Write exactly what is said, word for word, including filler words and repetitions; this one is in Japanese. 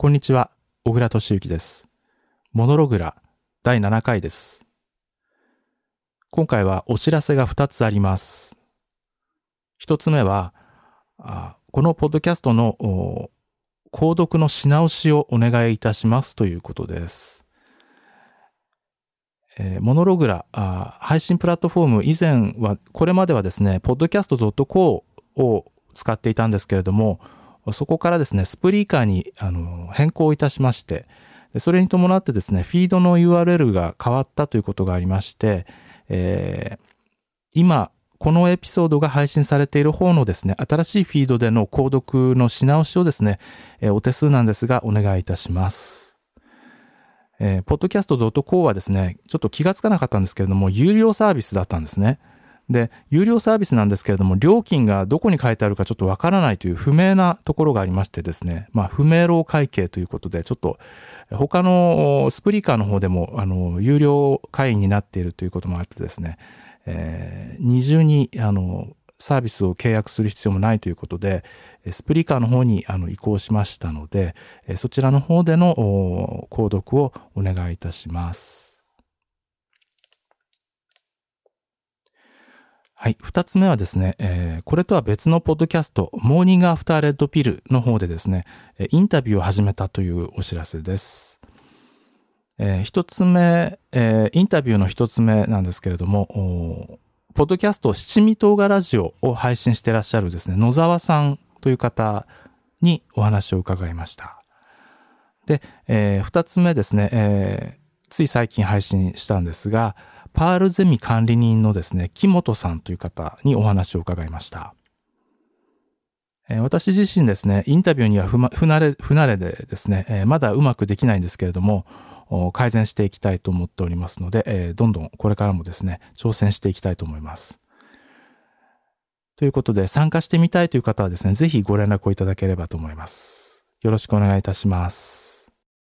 こんにちは、小倉俊之です。モノログラだいななかいです。今回はお知らせがふたつあります。ひとつめは、あこのポッドキャストの購読のし直しをお願いいたしますということです。えー、モノログラ配信プラットフォーム以前は、これまではですね、ポッドキャスト ドットコー を使っていたんですけれども、そこからですね、スプリーカーにあの変更いたしまして、それに伴ってですね、フィードの ユーアールエル が変わったということがありまして、えー、今、このエピソードが配信されている方のですね、新しいフィードでの購読のし直しをですね、えー、お手数なんですがお願いいたします。えー、ポッドキャスト ドットコー はですね、ちょっと気がつかなかったんですけれども、有料サービスだったんですね。で、有料サービスなんですけれども、料金がどこに書いてあるかちょっとわからないという不明なところがありましてですね、まあ、不明朗会計ということで、ちょっと他のスプリーカーの方でも、あの、有料会員になっているということもあってですね、えー、二重に、あの、サービスを契約する必要もないということで、スプリーカーの方にあの移行しましたので、そちらの方での購読をお願いいたします。はい。二つ目はですね、えー、これとは別のポッドキャスト、モーニングアフターレッドピルの方でですね、インタビューを始めたというお知らせです。えー、一つ目、えー、インタビューの一つ目なんですけれども、ポッドキャスト七味唐辛ラジオを配信していらっしゃるですね、野沢さんという方にお話を伺いました。で、えー、二つ目ですね、えー、つい最近配信したんですが、パールゼミ管理人のですね、木本さんという方にお話を伺いました。えー、私自身ですね、インタビューには不、ま、不慣れ、不慣れでですね、えー、まだうまくできないんですけれども、改善していきたいと思っておりますので、えー、どんどんこれからもですね、挑戦していきたいと思います。ということで、参加してみたいという方はですね、ぜひご連絡をいただければと思います。よろしくお願いいたします。